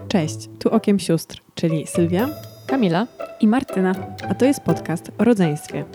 Cześć, tu Okiem Sióstr, czyli Sylwia, Kamila i Martyna. a to jest podcast o rodzeństwie.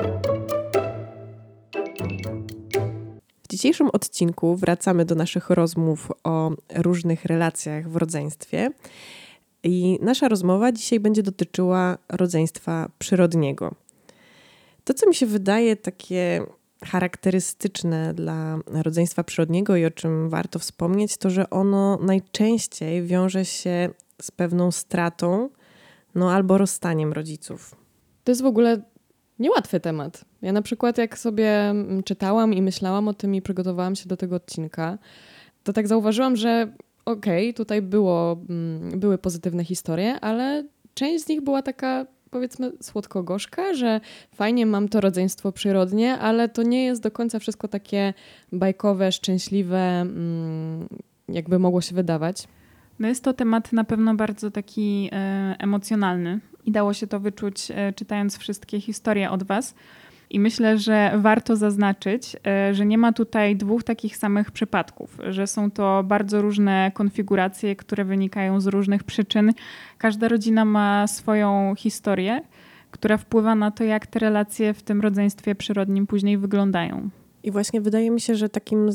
W dzisiejszym odcinku wracamy do naszych rozmów o różnych relacjach w rodzeństwie i nasza rozmowa dzisiaj będzie dotyczyła rodzeństwa przyrodniego. To, co mi się wydaje takie charakterystyczne dla rodzeństwa przyrodniego i o czym warto wspomnieć, to, że ono najczęściej wiąże się z pewną stratą, albo rozstaniem rodziców. to jest w ogóle niełatwy temat. Ja na przykład jak sobie czytałam i myślałam o tym i przygotowałam się do tego odcinka, to tak zauważyłam, że tutaj były pozytywne historie, ale część z nich była taka, powiedzmy, słodko-gorzka, że fajnie mam to rodzeństwo przyrodnie, ale to nie jest do końca wszystko takie bajkowe, szczęśliwe, jakby mogło się wydawać. No jest to temat na pewno bardzo taki emocjonalny i dało się to wyczuć czytając wszystkie historie od was. I myślę, że warto zaznaczyć, że nie ma tutaj dwóch takich samych przypadków, że są to bardzo różne konfiguracje, które wynikają z różnych przyczyn. Każda rodzina ma swoją historię, która wpływa na to, jak te relacje w tym rodzeństwie przyrodnim później wyglądają. I właśnie wydaje mi się, że takim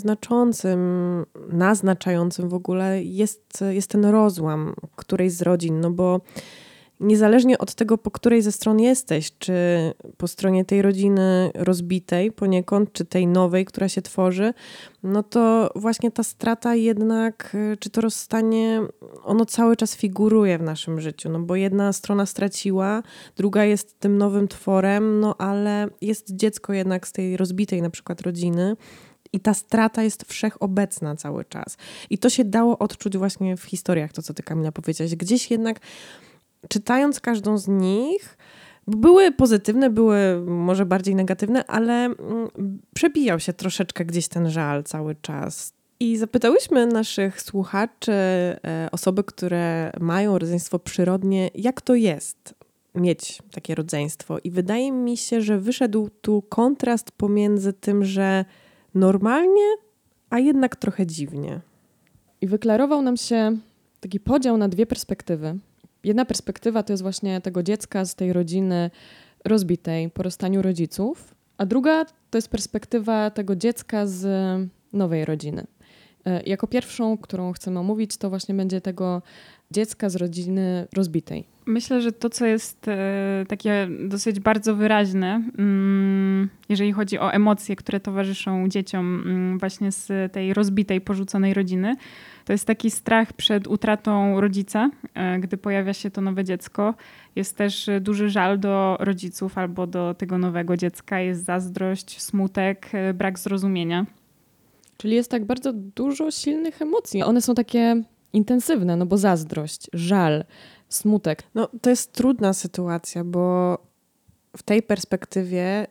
naznaczającym w ogóle jest ten rozłam którejś z rodzin, bo niezależnie od tego, po której ze stron jesteś, czy po stronie tej rodziny rozbitej poniekąd, czy tej nowej, która się tworzy, to właśnie ta strata jednak, czy to rozstanie, ono cały czas figuruje w naszym życiu, bo jedna strona straciła, druga jest tym nowym tworem, ale jest dziecko jednak z tej rozbitej na przykład rodziny. I ta strata jest wszechobecna cały czas. I to się dało odczuć właśnie w historiach, to co ty, Kamila, powiedziałaś. Gdzieś jednak czytając każdą z nich, były pozytywne, były może bardziej negatywne, ale przebijał się troszeczkę gdzieś ten żal cały czas. I zapytałyśmy naszych słuchaczy, osoby, które mają rodzeństwo przyrodnie, jak to jest mieć takie rodzeństwo. I wydaje mi się, że wyszedł tu kontrast pomiędzy tym, że normalnie, a jednak trochę dziwnie. I wyklarował nam się taki podział na dwie perspektywy. Jedna perspektywa to jest właśnie tego dziecka z tej rodziny rozbitej po rozstaniu rodziców, a druga to jest perspektywa tego dziecka z nowej rodziny. Jako pierwszą, którą chcemy omówić, to właśnie będzie tego dziecka z rodziny rozbitej. Myślę, że to, co jest takie dosyć bardzo wyraźne, jeżeli chodzi o emocje, które towarzyszą dzieciom właśnie z tej rozbitej, porzuconej rodziny, to jest taki strach przed utratą rodzica, gdy pojawia się to nowe dziecko. Jest też duży żal do rodziców albo do tego nowego dziecka. Jest zazdrość, smutek, brak zrozumienia. Czyli jest tak bardzo dużo silnych emocji. One są takie intensywne, bo zazdrość, żal, smutek. To jest trudna sytuacja, bo w tej perspektywie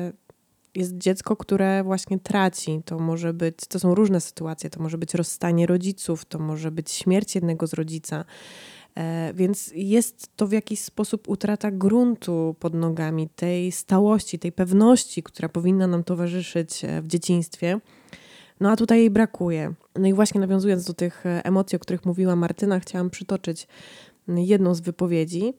jest dziecko, które właśnie traci. To są różne sytuacje. To może być rozstanie rodziców, to może być śmierć jednego z rodzica. Więc jest to w jakiś sposób utrata gruntu pod nogami, tej stałości, tej pewności, która powinna nam towarzyszyć w dzieciństwie. A tutaj jej brakuje. I właśnie nawiązując do tych emocji, o których mówiła Martyna, chciałam przytoczyć jedną z wypowiedzi.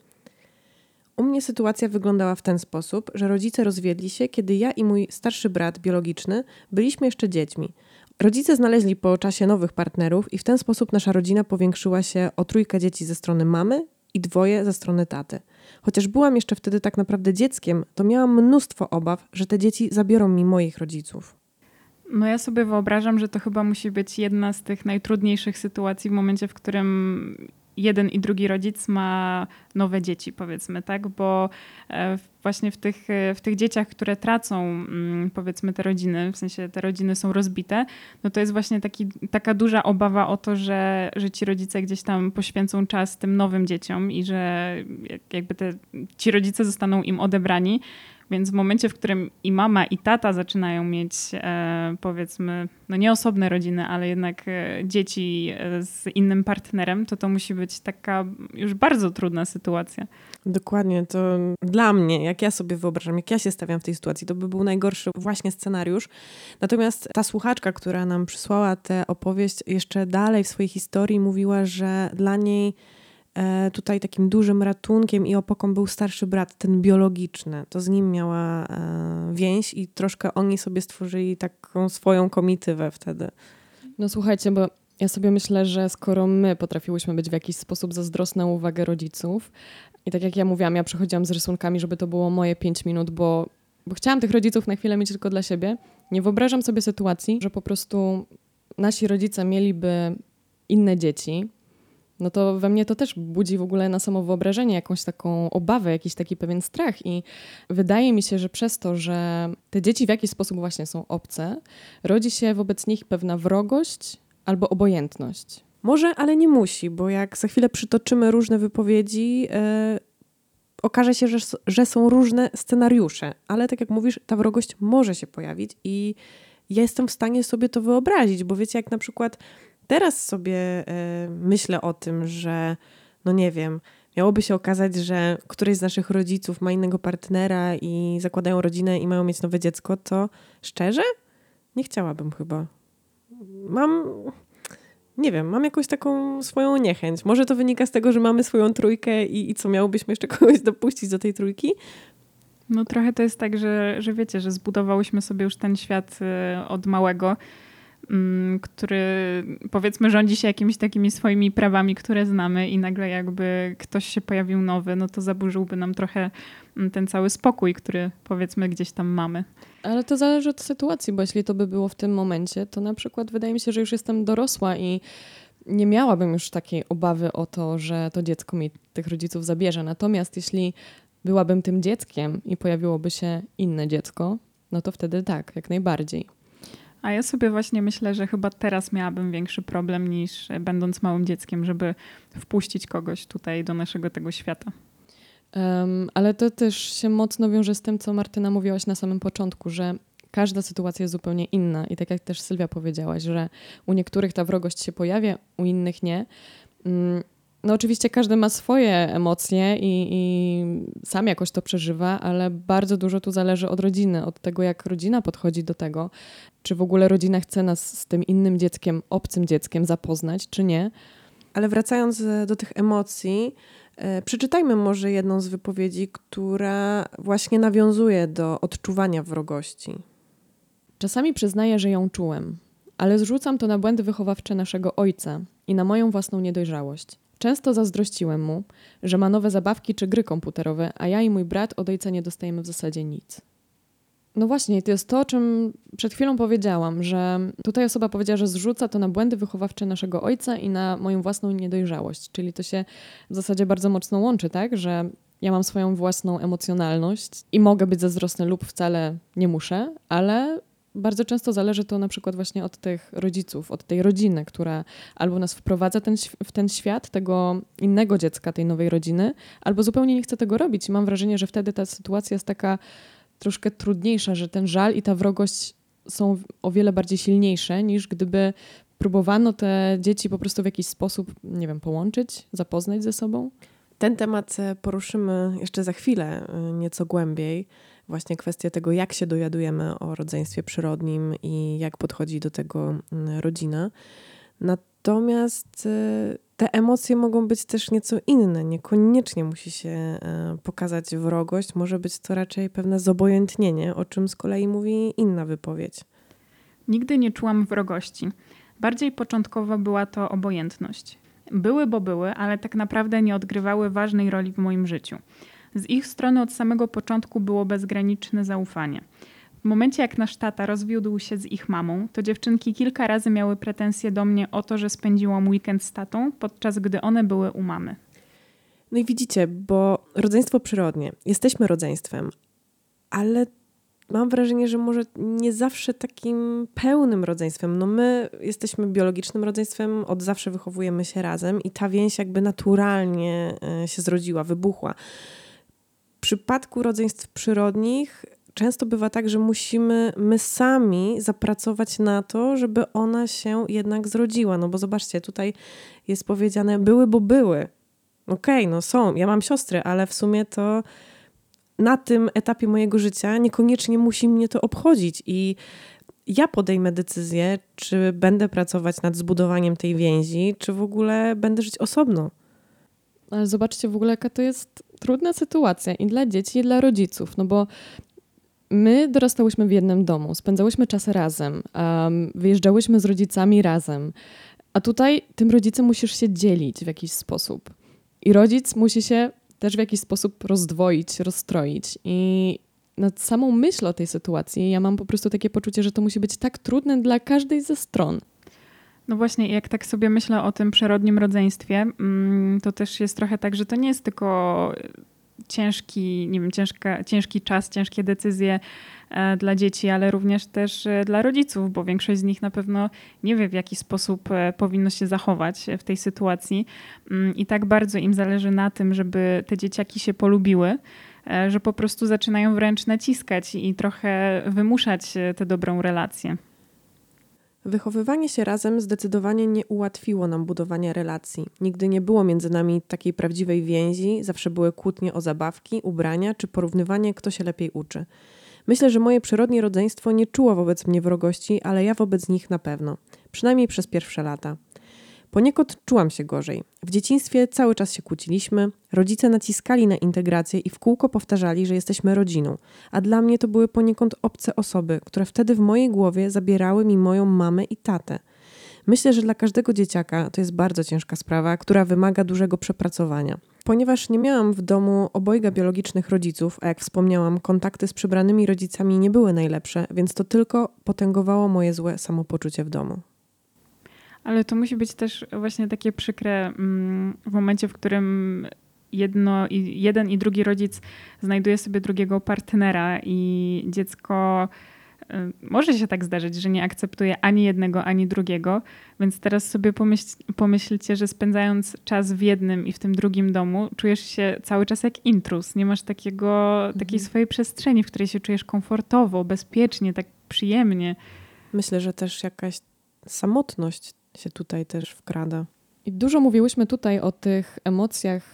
U mnie sytuacja wyglądała w ten sposób, że rodzice rozwiedli się, kiedy ja i mój starszy brat biologiczny byliśmy jeszcze dziećmi. Rodzice znaleźli po czasie nowych partnerów i w ten sposób nasza rodzina powiększyła się o 3 dzieci ze strony mamy i 2 ze strony taty. Chociaż byłam jeszcze wtedy tak naprawdę dzieckiem, to miałam mnóstwo obaw, że te dzieci zabiorą mi moich rodziców. Ja sobie wyobrażam, że to chyba musi być jedna z tych najtrudniejszych sytuacji w momencie, w którym jeden i drugi rodzic ma nowe dzieci, powiedzmy, tak? Bo właśnie w tych dzieciach, które tracą, powiedzmy, te rodziny, w sensie te rodziny są rozbite, to jest właśnie taka duża obawa o to, że ci rodzice gdzieś tam poświęcą czas tym nowym dzieciom i że jakby ci rodzice zostaną im odebrani. Więc w momencie, w którym i mama, i tata zaczynają mieć, powiedzmy, nie osobne rodziny, ale jednak dzieci z innym partnerem, to musi być taka już bardzo trudna sytuacja. Dokładnie, to dla mnie, jak ja sobie wyobrażam, jak ja się stawiam w tej sytuacji, to by był najgorszy właśnie scenariusz. Natomiast ta słuchaczka, która nam przysłała tę opowieść, jeszcze dalej w swojej historii mówiła, że dla niej Tutaj takim dużym ratunkiem i opoką był starszy brat, ten biologiczny. To z nim miała więź i troszkę oni sobie stworzyli taką swoją komitywę wtedy. No słuchajcie, bo ja sobie myślę, że skoro my potrafiłyśmy być w jakiś sposób zazdrosne o uwagę rodziców i tak jak ja mówiłam, ja przychodziłam z rysunkami, żeby to było moje 5 minut, bo chciałam tych rodziców na chwilę mieć tylko dla siebie. Nie wyobrażam sobie sytuacji, że po prostu nasi rodzice mieliby inne dzieci, no to we mnie to też budzi w ogóle na samo wyobrażenie jakąś taką obawę, jakiś taki pewien strach i wydaje mi się, że przez to, że te dzieci w jakiś sposób właśnie są obce, rodzi się wobec nich pewna wrogość albo obojętność. Może, ale nie musi, bo jak za chwilę przytoczymy różne wypowiedzi, okaże się, że są różne scenariusze, ale tak jak mówisz, ta wrogość może się pojawić i ja jestem w stanie sobie to wyobrazić, bo wiecie, jak na przykład teraz sobie myślę o tym, że no nie wiem, miałoby się okazać, że któryś z naszych rodziców ma innego partnera i zakładają rodzinę i mają mieć nowe dziecko, to szczerze? Nie chciałabym chyba. Mam jakąś taką swoją niechęć. Może to wynika z tego, że mamy swoją trójkę i co, miałobyśmy jeszcze kogoś dopuścić do tej trójki? No trochę to jest tak, że wiecie, że zbudowałyśmy sobie już ten świat od małego, który powiedzmy rządzi się jakimiś takimi swoimi prawami, które znamy i nagle jakby ktoś się pojawił nowy, no to zaburzyłby nam trochę ten cały spokój, który powiedzmy gdzieś tam mamy. Ale to zależy od sytuacji, bo jeśli to by było w tym momencie, to na przykład wydaje mi się, że już jestem dorosła i nie miałabym już takiej obawy o to, że to dziecko mi tych rodziców zabierze. Natomiast jeśli byłabym tym dzieckiem i pojawiłoby się inne dziecko, no to wtedy tak, jak najbardziej. A ja sobie właśnie myślę, że chyba teraz miałabym większy problem niż będąc małym dzieckiem, żeby wpuścić kogoś tutaj do naszego tego świata. Ale to też się mocno wiąże z tym, co Martyna mówiłaś na samym początku, że każda sytuacja jest zupełnie inna i tak jak też Sylwia powiedziałaś, że u niektórych ta wrogość się pojawia, u innych nie. No oczywiście każdy ma swoje emocje i sam jakoś to przeżywa, ale bardzo dużo tu zależy od rodziny, od tego, jak rodzina podchodzi do tego, czy w ogóle rodzina chce nas z tym innym dzieckiem, obcym dzieckiem zapoznać, czy nie. Ale wracając do tych emocji, przeczytajmy może jedną z wypowiedzi, która właśnie nawiązuje do odczuwania wrogości. Czasami przyznaję, że ją czułem, ale zrzucam to na błędy wychowawcze naszego ojca i na moją własną niedojrzałość. Często zazdrościłem mu, że ma nowe zabawki czy gry komputerowe, a ja i mój brat od ojca nie dostajemy w zasadzie nic. No właśnie, to jest to, o czym przed chwilą powiedziałam, że tutaj osoba powiedziała, że zrzuca to na błędy wychowawcze naszego ojca i na moją własną niedojrzałość. Czyli to się w zasadzie bardzo mocno łączy, tak? Że ja mam swoją własną emocjonalność i mogę być zazdrosny lub wcale nie muszę, ale bardzo często zależy to na przykład właśnie od tych rodziców, od tej rodziny, która albo nas wprowadza w ten świat tego innego dziecka, tej nowej rodziny, albo zupełnie nie chce tego robić. I mam wrażenie, że wtedy ta sytuacja jest taka troszkę trudniejsza, że ten żal i ta wrogość są o wiele bardziej silniejsze, niż gdyby próbowano te dzieci po prostu w jakiś sposób, nie wiem, połączyć, zapoznać ze sobą. Ten temat poruszymy jeszcze za chwilę nieco głębiej. Właśnie kwestię tego, jak się dowiadujemy o rodzeństwie przyrodnim i jak podchodzi do tego rodzina. Natomiast te emocje mogą być też nieco inne. Niekoniecznie musi się pokazać wrogość. Może być to raczej pewne zobojętnienie, o czym z kolei mówi inna wypowiedź. Nigdy nie czułam wrogości. Bardziej początkowo była to obojętność. Były, bo były, ale tak naprawdę nie odgrywały ważnej roli w moim życiu. Z ich strony od samego początku było bezgraniczne zaufanie. W momencie, jak nasz tata rozwiódł się z ich mamą, to dziewczynki kilka razy miały pretensje do mnie o to, że spędziłam weekend z tatą, podczas gdy one były u mamy. No i widzicie, bo rodzeństwo przyrodnie, jesteśmy rodzeństwem, ale mam wrażenie, że może nie zawsze takim pełnym rodzeństwem. No my jesteśmy biologicznym rodzeństwem, od zawsze wychowujemy się razem i ta więź jakby naturalnie się zrodziła, wybuchła. W przypadku rodzeństw przyrodnich często bywa tak, że musimy my sami zapracować na to, żeby ona się jednak zrodziła. No bo zobaczcie, tutaj jest powiedziane były, bo były. Okej, no są, ja mam siostry, ale w sumie to na tym etapie mojego życia niekoniecznie musi mnie to obchodzić i ja podejmę decyzję, czy będę pracować nad zbudowaniem tej więzi, czy w ogóle będę żyć osobno. Ale zobaczcie w ogóle, jaka to jest trudna sytuacja i dla dzieci, i dla rodziców, no bo my dorastałyśmy w jednym domu, spędzałyśmy czas razem, wyjeżdżałyśmy z rodzicami razem, a tutaj tym rodzicem musisz się dzielić w jakiś sposób. I rodzic musi się też w jakiś sposób rozdwoić, rozstroić. I nad samą myśl o tej sytuacji ja mam po prostu takie poczucie, że to musi być tak trudne dla każdej ze stron. No właśnie, jak tak sobie myślę o tym przyrodnim rodzeństwie, to też jest trochę tak, że to nie jest tylko ciężki, nie wiem, ciężki czas, ciężkie decyzje dla dzieci, ale również też dla rodziców, bo większość z nich na pewno nie wie, w jaki sposób powinno się zachować w tej sytuacji i tak bardzo im zależy na tym, żeby te dzieciaki się polubiły, że po prostu zaczynają wręcz naciskać i trochę wymuszać tę dobrą relację. Wychowywanie się razem zdecydowanie nie ułatwiło nam budowania relacji. Nigdy nie było między nami takiej prawdziwej więzi, zawsze były kłótnie o zabawki, ubrania czy porównywanie, kto się lepiej uczy. Myślę, że moje przyrodnie rodzeństwo nie czuło wobec mnie wrogości, ale ja wobec nich na pewno. Przynajmniej przez pierwsze lata. Poniekąd czułam się gorzej. W dzieciństwie cały czas się kłóciliśmy, rodzice naciskali na integrację i w kółko powtarzali, że jesteśmy rodziną. A dla mnie to były poniekąd obce osoby, które wtedy w mojej głowie zabierały mi moją mamę i tatę. Myślę, że dla każdego dzieciaka to jest bardzo ciężka sprawa, która wymaga dużego przepracowania. Ponieważ nie miałam w domu obojga biologicznych rodziców, a jak wspomniałam, kontakty z przybranymi rodzicami nie były najlepsze, więc to tylko potęgowało moje złe samopoczucie w domu. Ale to musi być też właśnie takie przykre w momencie, w którym jeden i drugi rodzic znajduje sobie drugiego partnera i dziecko może się tak zdarzyć, że nie akceptuje ani jednego, ani drugiego. Więc teraz sobie pomyślcie, że spędzając czas w jednym i w tym drugim domu, czujesz się cały czas jak intruz. Nie masz takiej swojej przestrzeni, w której się czujesz komfortowo, bezpiecznie, tak przyjemnie. Myślę, że też jakaś samotność się tutaj też wkrada. I dużo mówiłyśmy tutaj o tych emocjach,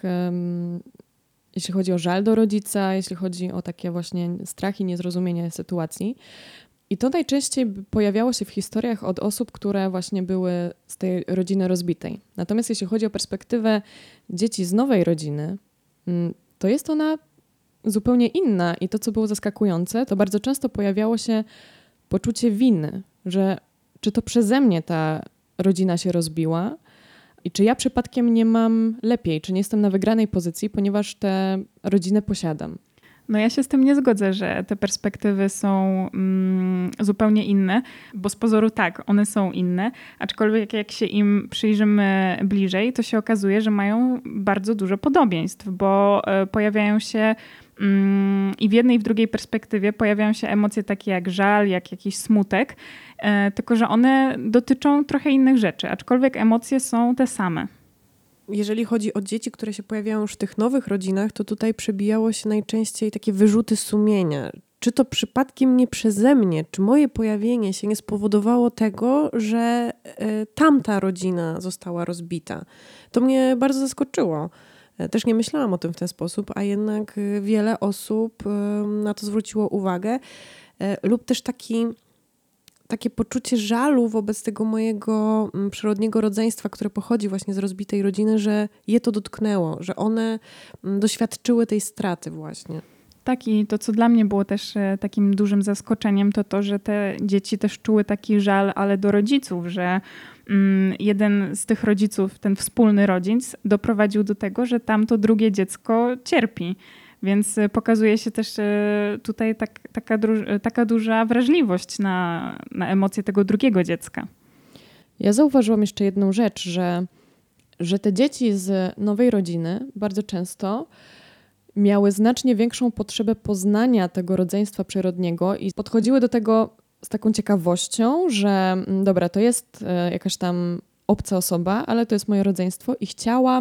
jeśli chodzi o żal do rodzica, jeśli chodzi o takie właśnie strach i niezrozumienie sytuacji. I to najczęściej pojawiało się w historiach od osób, które właśnie były z tej rodziny rozbitej. Natomiast jeśli chodzi o perspektywę dzieci z nowej rodziny, to jest ona zupełnie inna. I to, co było zaskakujące, to bardzo często pojawiało się poczucie winy, że czy to przeze mnie ta rodzina się rozbiła i czy ja przypadkiem nie mam lepiej, czy nie jestem na wygranej pozycji, ponieważ tę rodzinę posiadam. No ja się z tym nie zgodzę, że te perspektywy są zupełnie inne, bo z pozoru tak, one są inne, aczkolwiek jak się im przyjrzymy bliżej, to się okazuje, że mają bardzo dużo podobieństw, bo pojawiają się i w jednej i w drugiej perspektywie pojawiają się emocje takie jak żal, jak jakiś smutek, tylko że one dotyczą trochę innych rzeczy, aczkolwiek emocje są te same. Jeżeli chodzi o dzieci, które się pojawiają już w tych nowych rodzinach, to tutaj przebijało się najczęściej takie wyrzuty sumienia. Czy to przypadkiem nie przeze mnie, czy moje pojawienie się nie spowodowało tego, że tamta rodzina została rozbita. To mnie bardzo zaskoczyło. Też nie myślałam o tym w ten sposób, a jednak wiele osób na to zwróciło uwagę. Lub też takie poczucie żalu wobec tego mojego przyrodniego rodzeństwa, które pochodzi właśnie z rozbitej rodziny, że je to dotknęło, że one doświadczyły tej straty właśnie. Tak, i to, co dla mnie było też takim dużym zaskoczeniem, to, że te dzieci też czuły taki żal, ale do rodziców, że jeden z tych rodziców, ten wspólny rodzic, doprowadził do tego, że tamto drugie dziecko cierpi. Więc pokazuje się też tutaj taka duża wrażliwość na emocje tego drugiego dziecka. Ja zauważyłam jeszcze jedną rzecz, że te dzieci z nowej rodziny bardzo często miały znacznie większą potrzebę poznania tego rodzeństwa przyrodniego i podchodziły do tego z taką ciekawością, że dobra, to jest jakaś tam obca osoba, ale to jest moje rodzeństwo i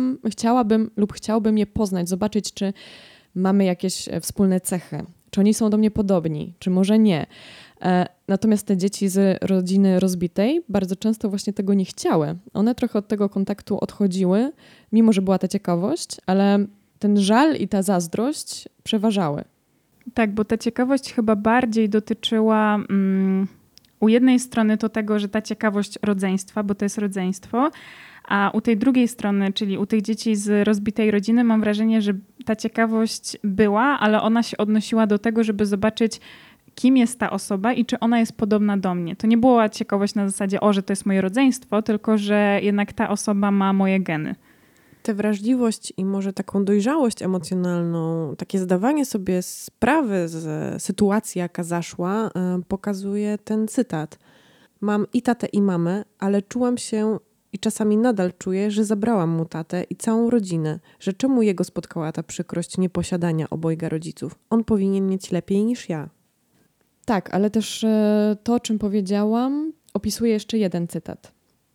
chciałabym je poznać, zobaczyć, czy mamy jakieś wspólne cechy, czy oni są do mnie podobni, czy może nie. Natomiast te dzieci z rodziny rozbitej bardzo często właśnie tego nie chciały. One trochę od tego kontaktu odchodziły, mimo że była ta ciekawość, ale ten żal i ta zazdrość przeważały. Tak, bo ta ciekawość chyba bardziej dotyczyła u jednej strony to tego, że ta ciekawość rodzeństwa, bo to jest rodzeństwo, A u tej drugiej strony, czyli u tych dzieci z rozbitej rodziny, mam wrażenie, że ta ciekawość była, ale ona się odnosiła do tego, żeby zobaczyć, kim jest ta osoba i czy ona jest podobna do mnie. To nie była ciekawość na zasadzie, że to jest moje rodzeństwo, tylko że jednak ta osoba ma moje geny. Tę wrażliwość i może taką dojrzałość emocjonalną, takie zdawanie sobie sprawy z sytuacji, jaka zaszła, pokazuje ten cytat. Mam i tatę, i mamę, ale czułam się i czasami nadal czuję, że zabrałam mu tatę i całą rodzinę, że czemu jego spotkała ta przykrość nieposiadania obojga rodziców? On powinien mieć lepiej niż ja. Tak, ale też to, o czym powiedziałam, opisuje jeszcze jeden cytat.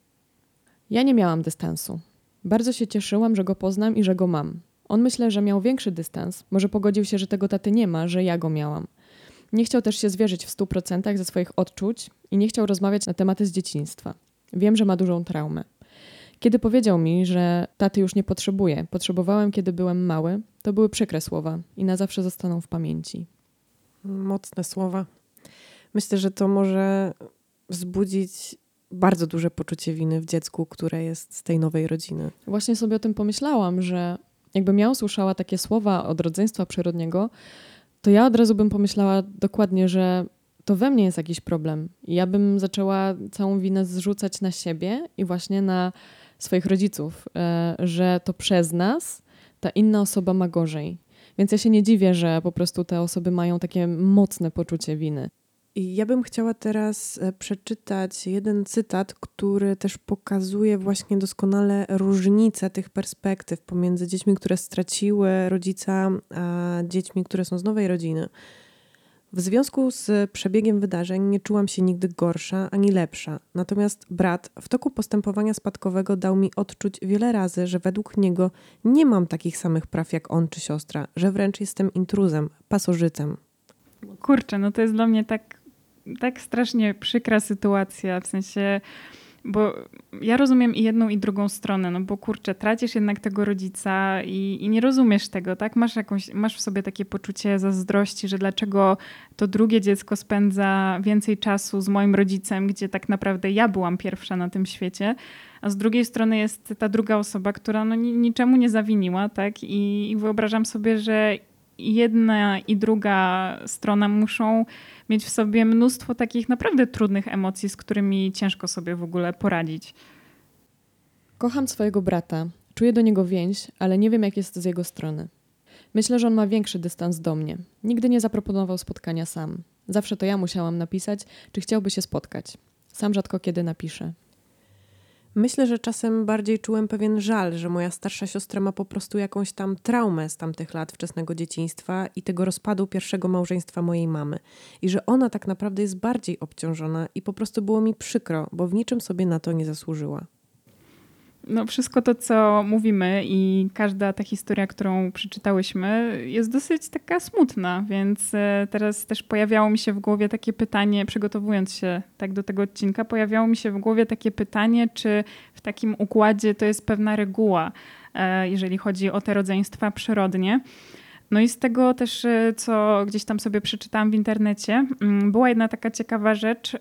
Ja nie miałam dystansu. Bardzo się cieszyłam, że go poznam i że go mam. On myślę, że miał większy dystans. Może pogodził się, że tego taty nie ma, że ja go miałam. Nie chciał też się zwierzyć w 100% ze swoich odczuć i nie chciał rozmawiać na tematy z dzieciństwa. Wiem, że ma dużą traumę. Kiedy powiedział mi, że taty już nie potrzebuje, potrzebowałem, kiedy byłem mały, to były przykre słowa i na zawsze zostaną w pamięci. Mocne słowa. Myślę, że to może wzbudzić bardzo duże poczucie winy w dziecku, które jest z tej nowej rodziny. Właśnie sobie o tym pomyślałam, że jakbym ja usłyszała takie słowa od rodzeństwa przyrodniego, to ja od razu bym pomyślała dokładnie, że to we mnie jest jakiś problem. I ja bym zaczęła całą winę zrzucać na siebie i właśnie na swoich rodziców, że to przez nas ta inna osoba ma gorzej. Więc ja się nie dziwię, że po prostu te osoby mają takie mocne poczucie winy. I ja bym chciała teraz przeczytać jeden cytat, który też pokazuje właśnie doskonale różnicę tych perspektyw pomiędzy dziećmi, które straciły rodzica, a dziećmi, które są z nowej rodziny. W związku z przebiegiem wydarzeń nie czułam się nigdy gorsza ani lepsza. Natomiast brat w toku postępowania spadkowego dał mi odczuć wiele razy, że według niego nie mam takich samych praw jak on czy siostra, że wręcz jestem intruzem, pasożytem. Kurczę, no to jest dla mnie tak strasznie przykra sytuacja, w sensie, bo ja rozumiem i jedną i drugą stronę, no bo kurczę, tracisz jednak tego rodzica i nie rozumiesz tego, tak? Masz w sobie takie poczucie zazdrości, że dlaczego to drugie dziecko spędza więcej czasu z moim rodzicem, gdzie tak naprawdę ja byłam pierwsza na tym świecie, a z drugiej strony jest ta druga osoba, która no niczemu nie zawiniła, tak? I wyobrażam sobie, że jedna i druga strona muszą mieć w sobie mnóstwo takich naprawdę trudnych emocji, z którymi ciężko sobie w ogóle poradzić. Kocham swojego brata, czuję do niego więź, ale nie wiem, jak jest z jego strony. Myślę, że on ma większy dystans do mnie. Nigdy nie zaproponował spotkania sam. Zawsze to ja musiałam napisać, czy chciałby się spotkać. Sam rzadko kiedy napiszę. Myślę, że czasem bardziej czułem pewien żal, że moja starsza siostra ma po prostu jakąś tam traumę z tamtych lat wczesnego dzieciństwa i tego rozpadu pierwszego małżeństwa mojej mamy. I że ona tak naprawdę jest bardziej obciążona i po prostu było mi przykro, bo w niczym sobie na to nie zasłużyła. No wszystko to, co mówimy i każda ta historia, którą przeczytałyśmy, jest dosyć taka smutna, więc teraz też pojawiało mi się w głowie takie pytanie, przygotowując się tak do tego odcinka, pojawiało mi się w głowie takie pytanie, czy w takim układzie to jest pewna reguła, jeżeli chodzi o te rodzeństwa przyrodnie. No i z tego też, co gdzieś tam sobie przeczytałam w internecie, była jedna taka ciekawa rzecz,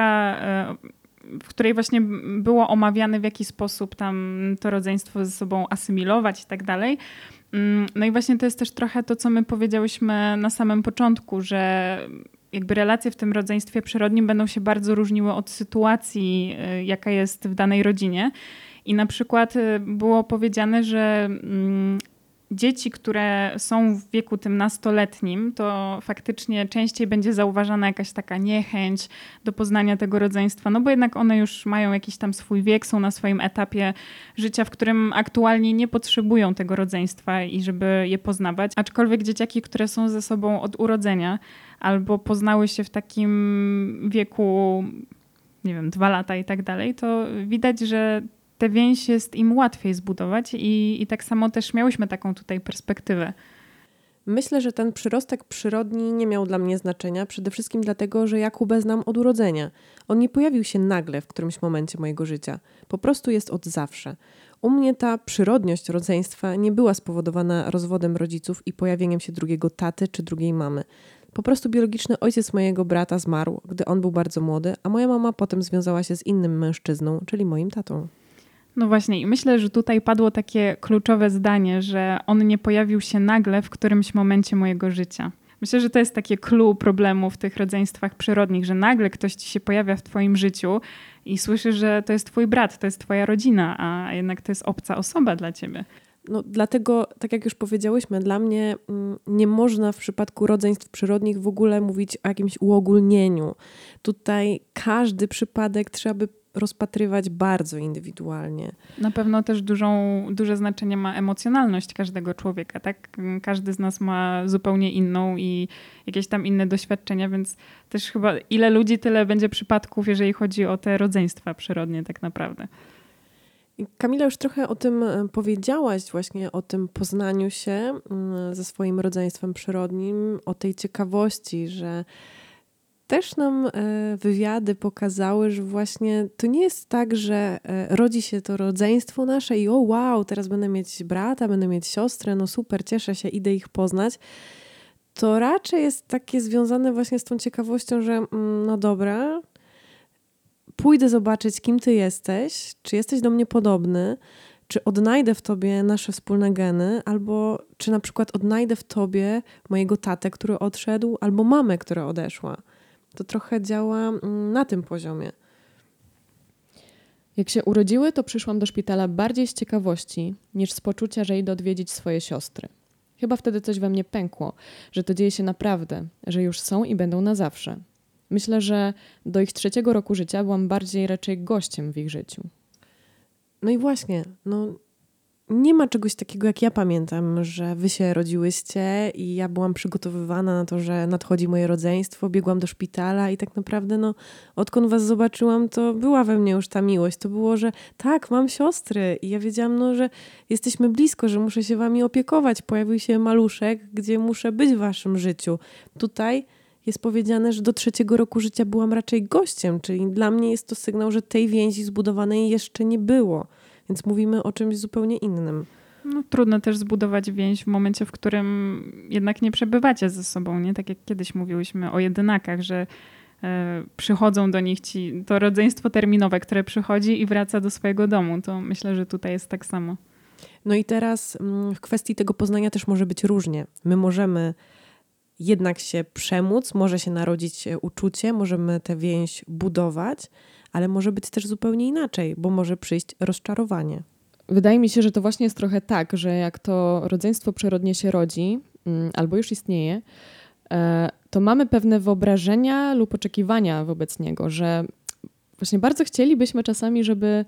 w której właśnie było omawiane, w jaki sposób tam to rodzeństwo ze sobą asymilować i tak dalej. No i właśnie to jest też trochę to, co my powiedziałyśmy na samym początku, że jakby relacje w tym rodzeństwie przyrodnim będą się bardzo różniły od sytuacji, jaka jest w danej rodzinie. I na przykład było powiedziane, że dzieci, które są w wieku tym nastoletnim, to faktycznie częściej będzie zauważana jakaś taka niechęć do poznania tego rodzeństwa, no bo jednak one już mają jakiś tam swój wiek, są na swoim etapie życia, w którym aktualnie nie potrzebują tego rodzeństwa i żeby je poznawać. Aczkolwiek dzieciaki, które są ze sobą od urodzenia albo poznały się w takim wieku, nie wiem, 2 lata i tak dalej, to widać, że tę więź jest im łatwiej zbudować i tak samo też miałyśmy taką tutaj perspektywę. Myślę, że ten przyrostek przyrodni nie miał dla mnie znaczenia, przede wszystkim dlatego, że ja Kubę znam od urodzenia. On nie pojawił się nagle w którymś momencie mojego życia. Po prostu jest od zawsze. U mnie ta przyrodniość rodzeństwa nie była spowodowana rozwodem rodziców i pojawieniem się drugiego taty czy drugiej mamy. Po prostu biologiczny ojciec mojego brata zmarł, gdy on był bardzo młody, a moja mama potem związała się z innym mężczyzną, czyli moim tatą. No właśnie i myślę, że tutaj padło takie kluczowe zdanie, że on nie pojawił się nagle w którymś momencie mojego życia. Myślę, że to jest takie clue problemu w tych rodzeństwach przyrodnich, że nagle ktoś ci się pojawia w twoim życiu i słyszysz, że to jest twój brat, to jest twoja rodzina, a jednak to jest obca osoba dla ciebie. No, dlatego, tak jak już powiedziałyśmy, dla mnie nie można w przypadku rodzeństw przyrodnich w ogóle mówić o jakimś uogólnieniu. Tutaj każdy przypadek trzeba by rozpatrywać bardzo indywidualnie. Na pewno też duże znaczenie ma emocjonalność każdego człowieka, tak? Każdy z nas ma zupełnie inną i jakieś tam inne doświadczenia, więc też chyba ile ludzi, tyle będzie przypadków, jeżeli chodzi o te rodzeństwa przyrodnie tak naprawdę. Kamila, już trochę o tym powiedziałaś, właśnie o tym poznaniu się ze swoim rodzeństwem przyrodnim, o tej ciekawości, że też nam wywiady pokazały, że właśnie to nie jest tak, że rodzi się to rodzeństwo nasze i o wow, teraz będę mieć brata, będę mieć siostrę, no super, cieszę się, idę ich poznać. To raczej jest takie związane właśnie z tą ciekawością, że no dobra, pójdę zobaczyć, kim ty jesteś, czy jesteś do mnie podobny, czy odnajdę w tobie nasze wspólne geny, albo czy na przykład odnajdę w tobie mojego tatę, który odszedł, albo mamę, która odeszła. To trochę działa na tym poziomie. Jak się urodziły, to przyszłam do szpitala bardziej z ciekawości niż z poczucia, że idę odwiedzić swoje siostry. Chyba wtedy coś we mnie pękło, że to dzieje się naprawdę, że już są i będą na zawsze. Myślę, że do ich 3. roku życia byłam bardziej raczej gościem w ich życiu. No i właśnie, nie ma czegoś takiego, jak ja pamiętam, że wy się rodziłyście i ja byłam przygotowywana na to, że nadchodzi moje rodzeństwo, biegłam do szpitala i tak naprawdę odkąd was zobaczyłam, to była we mnie już ta miłość. To było, że tak, mam siostry i ja wiedziałam, że jesteśmy blisko, że muszę się wami opiekować. Pojawił się maluszek, gdzie muszę być w waszym życiu. Tutaj jest powiedziane, że do 3. roku życia byłam raczej gościem, czyli dla mnie jest to sygnał, że tej więzi zbudowanej jeszcze nie było. Więc mówimy o czymś zupełnie innym. No, trudno też zbudować więź w momencie, w którym jednak nie przebywacie ze sobą, nie? Tak jak kiedyś mówiłyśmy o jedynakach, że przychodzą do nich to rodzeństwo terminowe, które przychodzi i wraca do swojego domu. To myślę, że tutaj jest tak samo. No i teraz w kwestii tego poznania też może być różnie. My możemy jednak się przemóc, może się narodzić uczucie, możemy tę więź budować, ale może być też zupełnie inaczej, bo może przyjść rozczarowanie. Wydaje mi się, że to właśnie jest trochę tak, że jak to rodzeństwo przyrodnie się rodzi, albo już istnieje, to mamy pewne wyobrażenia lub oczekiwania wobec niego, że właśnie bardzo chcielibyśmy czasami, żeby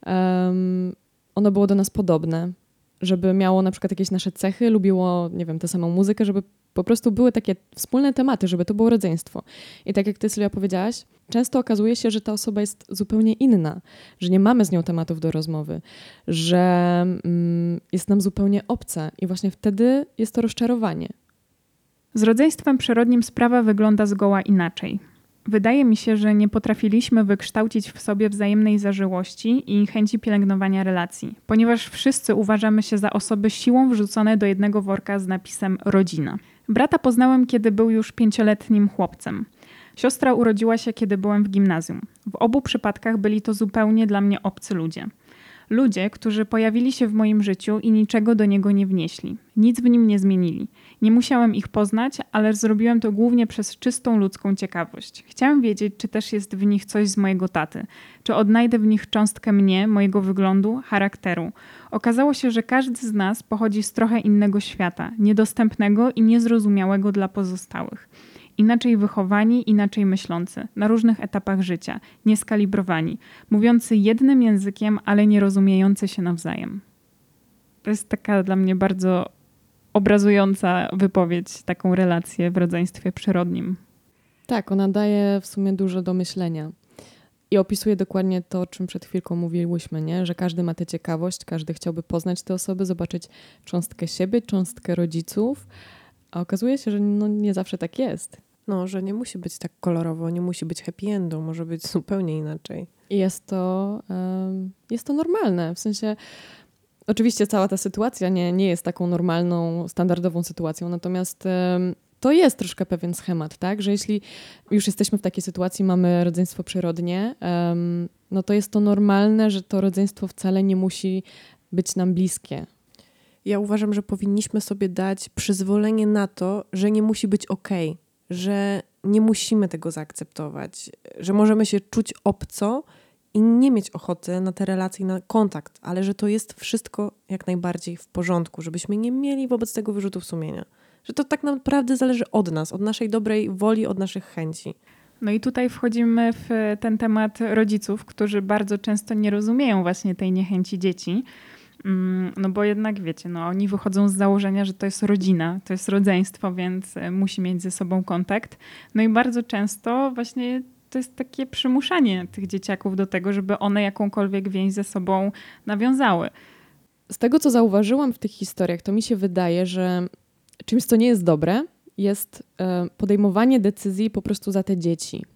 ono było do nas podobne, żeby miało na przykład jakieś nasze cechy, lubiło, nie wiem, tę samą muzykę, żeby po prostu były takie wspólne tematy, żeby to było rodzeństwo. I tak jak ty, Sylwia, powiedziałaś, często okazuje się, że ta osoba jest zupełnie inna, że nie mamy z nią tematów do rozmowy, że jest nam zupełnie obca i właśnie wtedy jest to rozczarowanie. Z rodzeństwem przyrodnim sprawa wygląda zgoła inaczej. Wydaje mi się, że nie potrafiliśmy wykształcić w sobie wzajemnej zażyłości i chęci pielęgnowania relacji, ponieważ wszyscy uważamy się za osoby siłą wrzucone do jednego worka z napisem rodzina. Brata poznałem, kiedy był już 5-letnim chłopcem. Siostra urodziła się, kiedy byłem w gimnazjum. W obu przypadkach byli to zupełnie dla mnie obcy ludzie. Ludzie, którzy pojawili się w moim życiu i niczego do niego nie wnieśli. Nic w nim nie zmienili. Nie musiałem ich poznać, ale zrobiłem to głównie przez czystą ludzką ciekawość. Chciałem wiedzieć, czy też jest w nich coś z mojego taty. Czy odnajdę w nich cząstkę mnie, mojego wyglądu, charakteru. Okazało się, że każdy z nas pochodzi z trochę innego świata, niedostępnego i niezrozumiałego dla pozostałych. Inaczej wychowani, inaczej myślący, na różnych etapach życia, nieskalibrowani, mówiący jednym językiem, ale nie rozumiejący się nawzajem. To jest taka dla mnie bardzo obrazująca wypowiedź, taką relację w rodzeństwie przyrodnim. Tak, ona daje w sumie dużo do myślenia. I opisuje dokładnie to, o czym przed chwilką mówiłyśmy, nie? Że każdy ma tę ciekawość, każdy chciałby poznać te osoby, zobaczyć cząstkę siebie, cząstkę rodziców, a okazuje się, że nie zawsze tak jest. Że nie musi być tak kolorowo, nie musi być happy endu, może być zupełnie inaczej. I jest to normalne, w sensie oczywiście cała ta sytuacja nie jest taką normalną, standardową sytuacją, natomiast to jest troszkę pewien schemat, tak? Że jeśli już jesteśmy w takiej sytuacji, mamy rodzeństwo przyrodnie, no to jest to normalne, że to rodzeństwo wcale nie musi być nam bliskie. Ja uważam, że powinniśmy sobie dać przyzwolenie na to, że nie musi być okej, że nie musimy tego zaakceptować, że możemy się czuć obco i nie mieć ochoty na te relacje, na kontakt, ale że to jest wszystko jak najbardziej w porządku, żebyśmy nie mieli wobec tego wyrzutów sumienia. Że to tak naprawdę zależy od nas, od naszej dobrej woli, od naszych chęci. No i tutaj wchodzimy w ten temat rodziców, którzy bardzo często nie rozumieją właśnie tej niechęci dzieci. No bo jednak wiecie, no oni wychodzą z założenia, że to jest rodzina, to jest rodzeństwo, więc musi mieć ze sobą kontakt. No i bardzo często właśnie to jest takie przymuszanie tych dzieciaków do tego, żeby one jakąkolwiek więź ze sobą nawiązały. Z tego, co zauważyłam w tych historiach, to mi się wydaje, że czymś, co nie jest dobre, jest podejmowanie decyzji po prostu za te dzieci.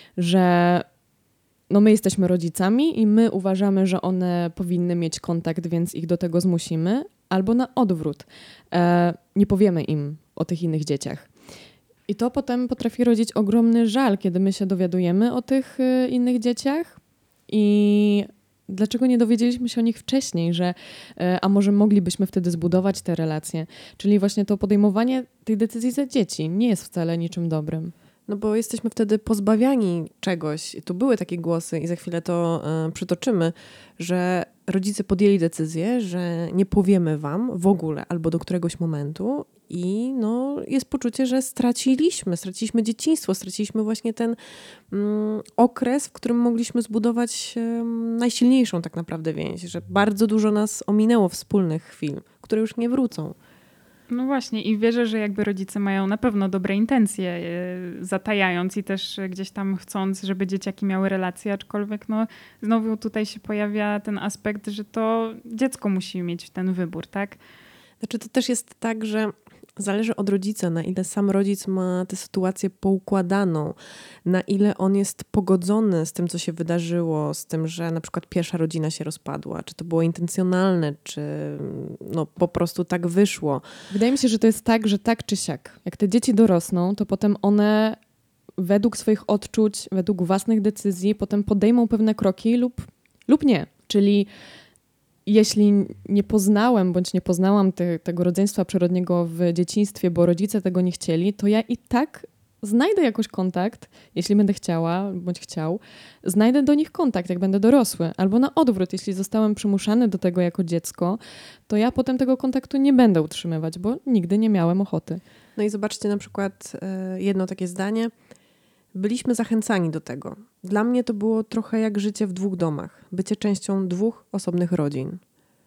Że no my jesteśmy rodzicami i my uważamy, że one powinny mieć kontakt, więc ich do tego zmusimy. Albo na odwrót. Nie powiemy im o tych innych dzieciach. I to potem potrafi rodzić ogromny żal, kiedy my się dowiadujemy o tych innych dzieciach i dlaczego nie dowiedzieliśmy się o nich wcześniej, że a może moglibyśmy wtedy zbudować te relacje. Czyli właśnie to podejmowanie tych decyzji za dzieci nie jest wcale niczym dobrym. No bo jesteśmy wtedy pozbawiani czegoś. Tu były takie głosy i za chwilę to przytoczymy, że rodzice podjęli decyzję, że nie powiemy wam w ogóle albo do któregoś momentu i no, jest poczucie, że straciliśmy dzieciństwo, straciliśmy właśnie ten okres, w którym mogliśmy zbudować najsilniejszą tak naprawdę więź, że bardzo dużo nas ominęło wspólnych chwil, które już nie wrócą. No właśnie i wierzę, że jakby rodzice mają na pewno dobre intencje, zatajając i też gdzieś tam chcąc, żeby dzieciaki miały relacje, aczkolwiek no znowu tutaj się pojawia ten aspekt, że to dziecko musi mieć ten wybór, tak? Znaczy to też jest tak, że zależy od rodzica, na ile sam rodzic ma tę sytuację poukładaną, na ile on jest pogodzony z tym, co się wydarzyło, z tym, że na przykład pierwsza rodzina się rozpadła, czy to było intencjonalne, czy no po prostu tak wyszło. Wydaje mi się, że to jest tak, że tak czy siak. Jak te dzieci dorosną, to potem one według swoich odczuć, według własnych decyzji potem podejmą pewne kroki lub nie. Czyli jeśli nie poznałem bądź nie poznałam tego rodzeństwa przyrodniego w dzieciństwie, bo rodzice tego nie chcieli, to ja i tak znajdę jakoś kontakt, jeśli będę chciała bądź chciał, znajdę do nich kontakt, jak będę dorosły. Albo na odwrót, jeśli zostałem przymuszany do tego jako dziecko, to ja potem tego kontaktu nie będę utrzymywać, bo nigdy nie miałem ochoty. No i zobaczcie na przykład jedno takie zdanie. Byliśmy zachęcani do tego. Dla mnie to było trochę jak życie w dwóch domach. Bycie częścią dwóch osobnych rodzin.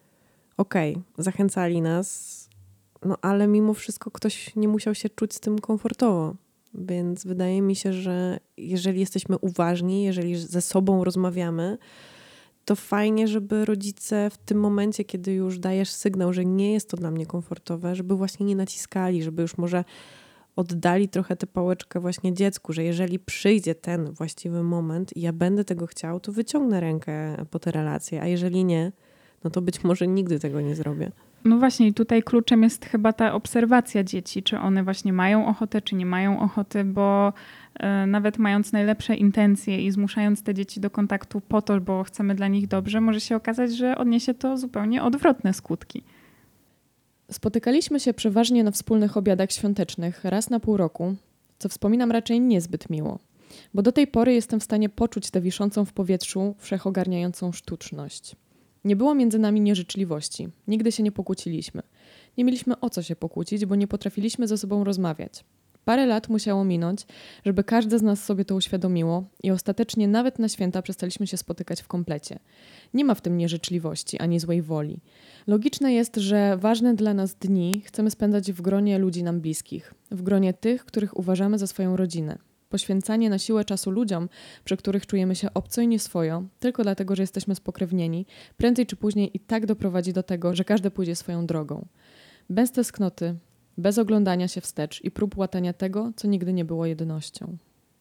Okej, zachęcali nas, no ale mimo wszystko ktoś nie musiał się czuć z tym komfortowo. Więc wydaje mi się, że jeżeli jesteśmy uważni, jeżeli ze sobą rozmawiamy, to fajnie, żeby rodzice w tym momencie, kiedy już dajesz sygnał, że nie jest to dla mnie komfortowe, żeby właśnie nie naciskali, żeby już może oddali trochę tę pałeczkę właśnie dziecku, że jeżeli przyjdzie ten właściwy moment i ja będę tego chciał, to wyciągnę rękę po te relacje, a jeżeli nie, no to być może nigdy tego nie zrobię. No właśnie i tutaj kluczem jest chyba ta obserwacja dzieci, czy one właśnie mają ochotę, czy nie mają ochoty, bo nawet mając najlepsze intencje i zmuszając te dzieci do kontaktu po to, bo chcemy dla nich dobrze, może się okazać, że odniesie to zupełnie odwrotne skutki. Spotykaliśmy się przeważnie na wspólnych obiadach świątecznych raz na pół roku, co wspominam raczej niezbyt miło, bo do tej pory jestem w stanie poczuć tę wiszącą w powietrzu wszechogarniającą sztuczność. Nie było między nami nieżyczliwości, nigdy się nie pokłóciliśmy. Nie mieliśmy o co się pokłócić, bo nie potrafiliśmy ze sobą rozmawiać. Parę lat musiało minąć, żeby każde z nas sobie to uświadomiło i ostatecznie nawet na święta przestaliśmy się spotykać w komplecie. Nie ma w tym nieżyczliwości ani złej woli. Logiczne jest, że ważne dla nas dni chcemy spędzać w gronie ludzi nam bliskich, w gronie tych, których uważamy za swoją rodzinę. Poświęcanie na siłę czasu ludziom, przy których czujemy się obco i nieswojo, tylko dlatego, że jesteśmy spokrewnieni, prędzej czy później i tak doprowadzi do tego, że każdy pójdzie swoją drogą. Bez tęsknoty, bez oglądania się wstecz i prób łatania tego, co nigdy nie było jednością.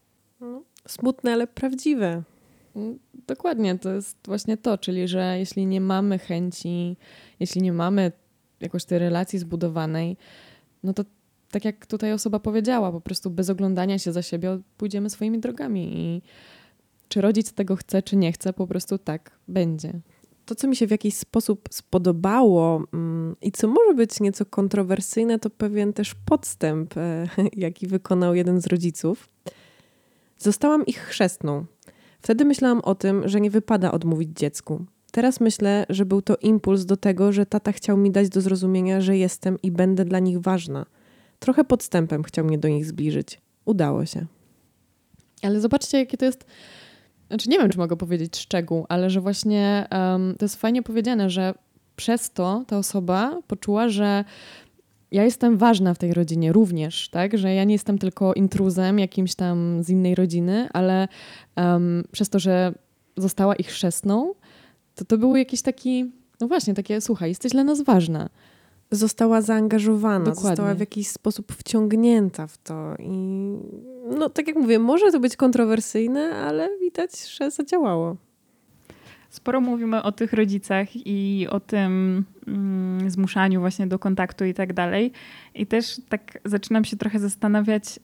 Smutne, ale prawdziwe. Dokładnie, to jest właśnie to, czyli że jeśli nie mamy chęci, jeśli nie mamy jakoś tej relacji zbudowanej, no to tak jak tutaj osoba powiedziała, po prostu bez oglądania się za siebie pójdziemy swoimi drogami i czy rodzic tego chce, czy nie chce, po prostu tak będzie. To, co mi się w jakiś sposób spodobało i co może być nieco kontrowersyjne, to pewien też podstęp, jaki wykonał jeden z rodziców. Zostałam ich chrzestną. Wtedy myślałam o tym, że nie wypada odmówić dziecku. Teraz myślę, że był to impuls do tego, że tata chciał mi dać do zrozumienia, że jestem i będę dla nich ważna. Trochę podstępem chciał mnie do nich zbliżyć. Udało się. Ale zobaczcie, jakie to jest... Znaczy nie wiem, czy mogę powiedzieć szczegół, ale że właśnie to jest fajnie powiedziane, że przez to ta osoba poczuła, że ja jestem ważna w tej rodzinie również, tak? Że ja nie jestem tylko intruzem jakimś tam z innej rodziny, ale przez to, że została ich chrzestną, to był jakiś taki, no właśnie, takie, słuchaj, jesteś dla nas ważna. Została zaangażowana, Dokładnie. Została w jakiś sposób wciągnięta w to i no tak jak mówię, może to być kontrowersyjne, ale widać, że zadziałało. Sporo mówimy o tych rodzicach i o tym zmuszaniu właśnie do kontaktu i tak dalej. I też tak zaczynam się trochę zastanawiać,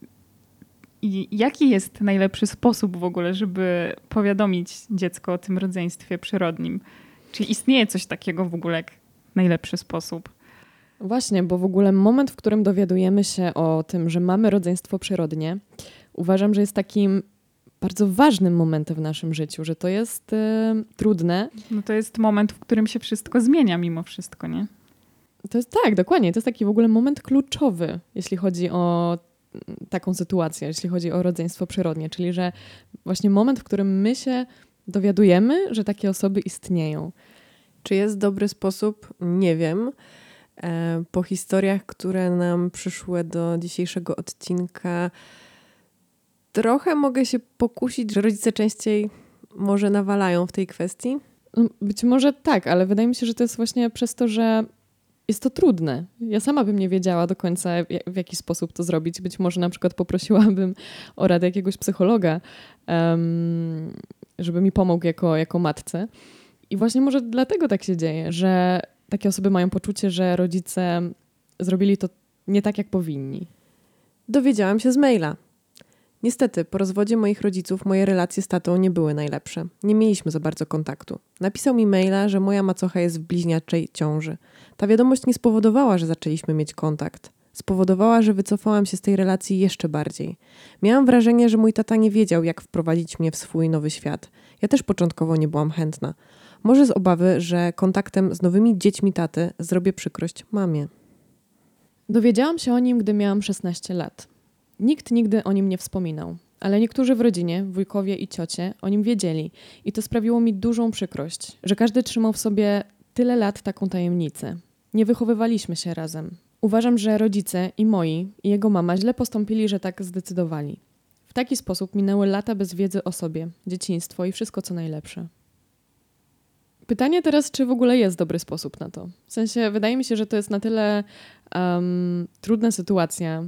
jaki jest najlepszy sposób w ogóle, żeby powiadomić dziecko o tym rodzeństwie przyrodnim. Czy istnieje coś takiego w ogóle jak najlepszy sposób? Właśnie, bo w ogóle moment, w którym dowiadujemy się o tym, że mamy rodzeństwo przyrodnie, uważam, że jest takim bardzo ważnym momentem w naszym życiu, że to jest trudne. No to jest moment, w którym się wszystko zmienia mimo wszystko, nie? To jest tak, dokładnie. To jest taki w ogóle moment kluczowy, jeśli chodzi o taką sytuację, jeśli chodzi o rodzeństwo przyrodnie, czyli że właśnie moment, w którym my się dowiadujemy, że takie osoby istnieją. Czy jest dobry sposób? Nie wiem. Po historiach, które nam przyszły do dzisiejszego odcinka, trochę mogę się pokusić, że rodzice częściej może nawalają w tej kwestii. Być może tak, ale wydaje mi się, że to jest właśnie przez to, że jest to trudne. Ja sama bym nie wiedziała do końca, w jaki sposób to zrobić. Być może na przykład poprosiłabym o radę jakiegoś psychologa, żeby mi pomógł jako matce. I właśnie może dlatego tak się dzieje, że takie osoby mają poczucie, że rodzice zrobili to nie tak, jak powinni. Dowiedziałam się z maila. Niestety, po rozwodzie moich rodziców moje relacje z tatą nie były najlepsze. Nie mieliśmy za bardzo kontaktu. Napisał mi maila, że moja macocha jest w bliźniaczej ciąży. Ta wiadomość nie spowodowała, że zaczęliśmy mieć kontakt. Spowodowała, że wycofałam się z tej relacji jeszcze bardziej. Miałam wrażenie, że mój tata nie wiedział, jak wprowadzić mnie w swój nowy świat. Ja też początkowo nie byłam chętna. Może z obawy, że kontaktem z nowymi dziećmi taty zrobię przykrość mamie. Dowiedziałam się o nim, gdy miałam 16 lat. Nikt nigdy o nim nie wspominał, ale niektórzy w rodzinie, wujkowie i ciocie, o nim wiedzieli i to sprawiło mi dużą przykrość, że każdy trzymał w sobie tyle lat taką tajemnicę. Nie wychowywaliśmy się razem. Uważam, że rodzice i moi, i jego mama źle postąpili, że tak zdecydowali. W taki sposób minęły lata bez wiedzy o sobie, dzieciństwo i wszystko co najlepsze. Pytanie teraz, czy w ogóle jest dobry sposób na to? W sensie, wydaje mi się, że to jest na tyle trudna sytuacja,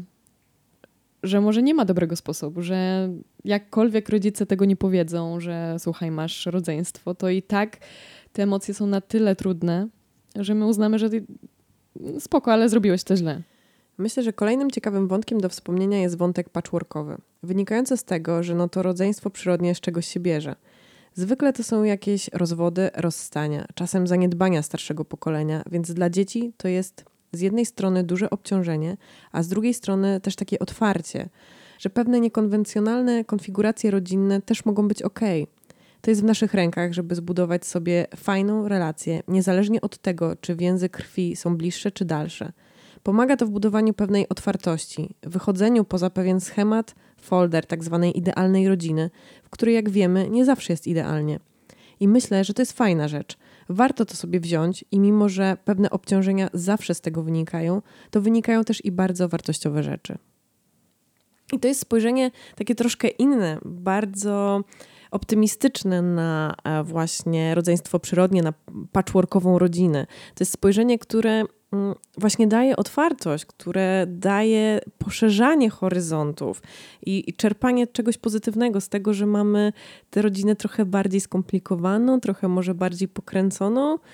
że może nie ma dobrego sposobu, że jakkolwiek rodzice tego nie powiedzą, że słuchaj, masz rodzeństwo, to i tak te emocje są na tyle trudne, że my uznamy, że spoko, ale zrobiłeś to źle. Myślę, że kolejnym ciekawym wątkiem do wspomnienia jest wątek patchworkowy, wynikający z tego, że to rodzeństwo przyrodnie z czegoś się bierze. Zwykle to są jakieś rozwody, rozstania, czasem zaniedbania starszego pokolenia, więc dla dzieci to jest z jednej strony duże obciążenie, a z drugiej strony też takie otwarcie, że pewne niekonwencjonalne konfiguracje rodzinne też mogą być okej. To jest w naszych rękach, żeby zbudować sobie fajną relację, niezależnie od tego, czy więzy krwi są bliższe czy dalsze. Pomaga to w budowaniu pewnej otwartości, wychodzeniu poza pewien schemat, folder tak zwanej idealnej rodziny, w której, jak wiemy, nie zawsze jest idealnie. I myślę, że to jest fajna rzecz. Warto to sobie wziąć i mimo, że pewne obciążenia zawsze z tego wynikają, to wynikają też i bardzo wartościowe rzeczy. I to jest spojrzenie takie troszkę inne, bardzo optymistyczne na właśnie rodzeństwo przyrodnie, na patchworkową rodzinę. To jest spojrzenie, które właśnie daje otwartość, które daje poszerzanie horyzontów i czerpanie czegoś pozytywnego z tego, że mamy tę rodzinę trochę bardziej skomplikowaną, trochę może bardziej pokręconą,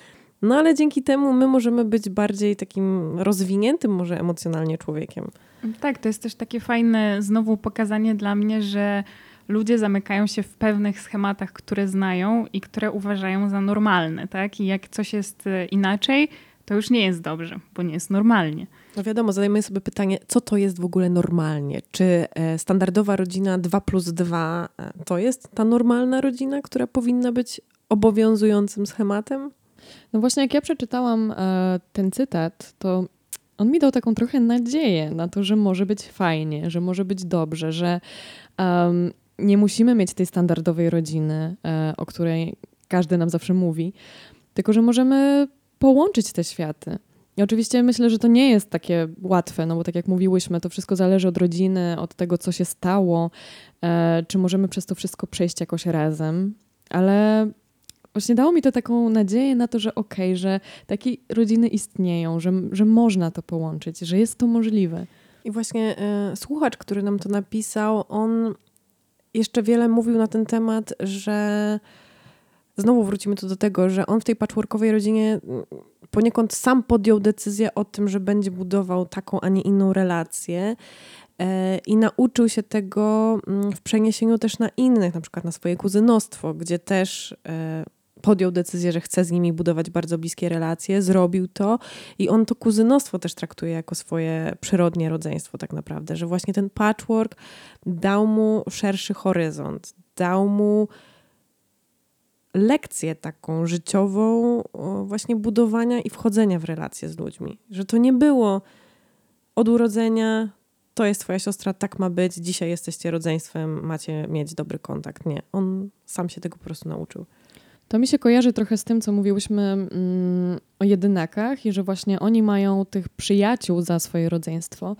No ale dzięki temu my możemy być bardziej takim rozwiniętym może emocjonalnie człowiekiem. Tak, to jest też takie fajne znowu pokazanie dla mnie, że ludzie zamykają się w pewnych schematach, które znają i które uważają za normalne, tak? I jak coś jest inaczej, to już nie jest dobrze, bo nie jest normalnie. No wiadomo, zadajmy sobie pytanie, co to jest w ogóle normalnie? Czy standardowa rodzina 2+2 to jest ta normalna rodzina, która powinna być obowiązującym schematem? No właśnie jak ja przeczytałam ten cytat, to on mi dał taką trochę nadzieję na to, że może być fajnie, że może być dobrze, że nie musimy mieć tej standardowej rodziny, o której każdy nam zawsze mówi, tylko że możemy połączyć te światy. I oczywiście myślę, że to nie jest takie łatwe, no bo tak jak mówiłyśmy, to wszystko zależy od rodziny, od tego, co się stało, czy możemy przez to wszystko przejść jakoś razem, ale właśnie dało mi to taką nadzieję na to, że okej, że takie rodziny istnieją, że można to połączyć, że jest to możliwe. I właśnie słuchacz, który nam to napisał, on jeszcze wiele mówił na ten temat, że znowu wrócimy tu do tego, że on w tej patchworkowej rodzinie poniekąd sam podjął decyzję o tym, że będzie budował taką, a nie inną relację i nauczył się tego w przeniesieniu też na innych, na przykład na swoje kuzynostwo, gdzie też podjął decyzję, że chce z nimi budować bardzo bliskie relacje, zrobił to i on to kuzynostwo też traktuje jako swoje przyrodnie rodzeństwo tak naprawdę, że właśnie ten patchwork dał mu szerszy horyzont, dał mu lekcję taką życiową właśnie budowania i wchodzenia w relacje z ludźmi. Że to nie było od urodzenia, to jest twoja siostra, tak ma być, dzisiaj jesteście rodzeństwem, macie mieć dobry kontakt. Nie, on sam się tego po prostu nauczył. To mi się kojarzy trochę z tym, co mówiłyśmy o jedynakach i że właśnie oni mają tych przyjaciół za swoje rodzeństwo.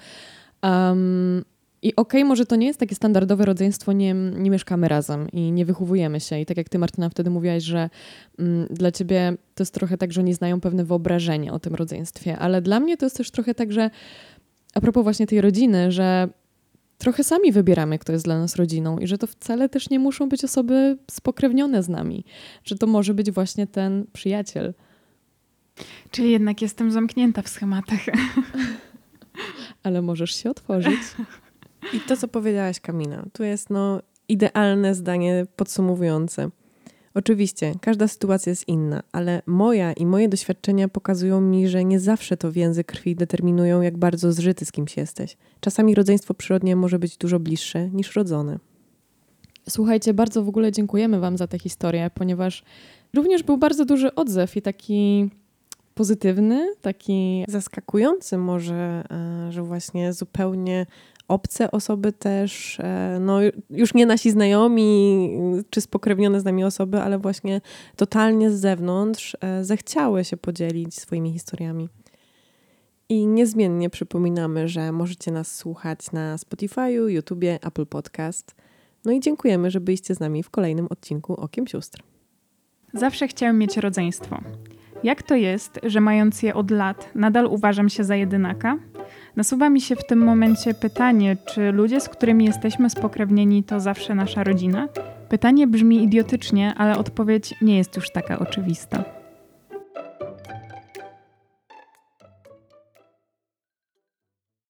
I okej, może to nie jest takie standardowe rodzeństwo, nie mieszkamy razem i nie wychowujemy się. I tak jak ty, Martyna, wtedy mówiłaś, że dla ciebie to jest trochę tak, że oni znają pewne wyobrażenie o tym rodzeństwie. Ale dla mnie to jest też trochę tak, że a propos właśnie tej rodziny, że trochę sami wybieramy, kto jest dla nas rodziną i że to wcale też nie muszą być osoby spokrewnione z nami. Że to może być właśnie ten przyjaciel. Czyli jednak jestem zamknięta w schematach. Ale możesz się otworzyć. I to, co powiedziałaś, Kamila, tu jest idealne zdanie podsumowujące. Oczywiście, każda sytuacja jest inna, ale moja i moje doświadczenia pokazują mi, że nie zawsze to więzy krwi determinują, jak bardzo zżyty z kimś jesteś. Czasami rodzeństwo przyrodnie może być dużo bliższe niż rodzone. Słuchajcie, bardzo w ogóle dziękujemy wam za tę historię, ponieważ również był bardzo duży odzew i taki pozytywny, taki zaskakujący może, że właśnie zupełnie obce osoby też, już nie nasi znajomi czy spokrewnione z nami osoby, ale właśnie totalnie z zewnątrz zechciały się podzielić swoimi historiami. I niezmiennie przypominamy, że możecie nas słuchać na Spotify'u, YouTubie, Apple Podcast. No i dziękujemy, że byliście z nami w kolejnym odcinku Okiem Sióstr. Zawsze chciałem mieć rodzeństwo. Jak to jest, że mając je od lat, nadal uważam się za jedynaka? Nasuwa mi się w tym momencie pytanie, czy ludzie, z którymi jesteśmy spokrewnieni, to zawsze nasza rodzina? Pytanie brzmi idiotycznie, ale odpowiedź nie jest już taka oczywista.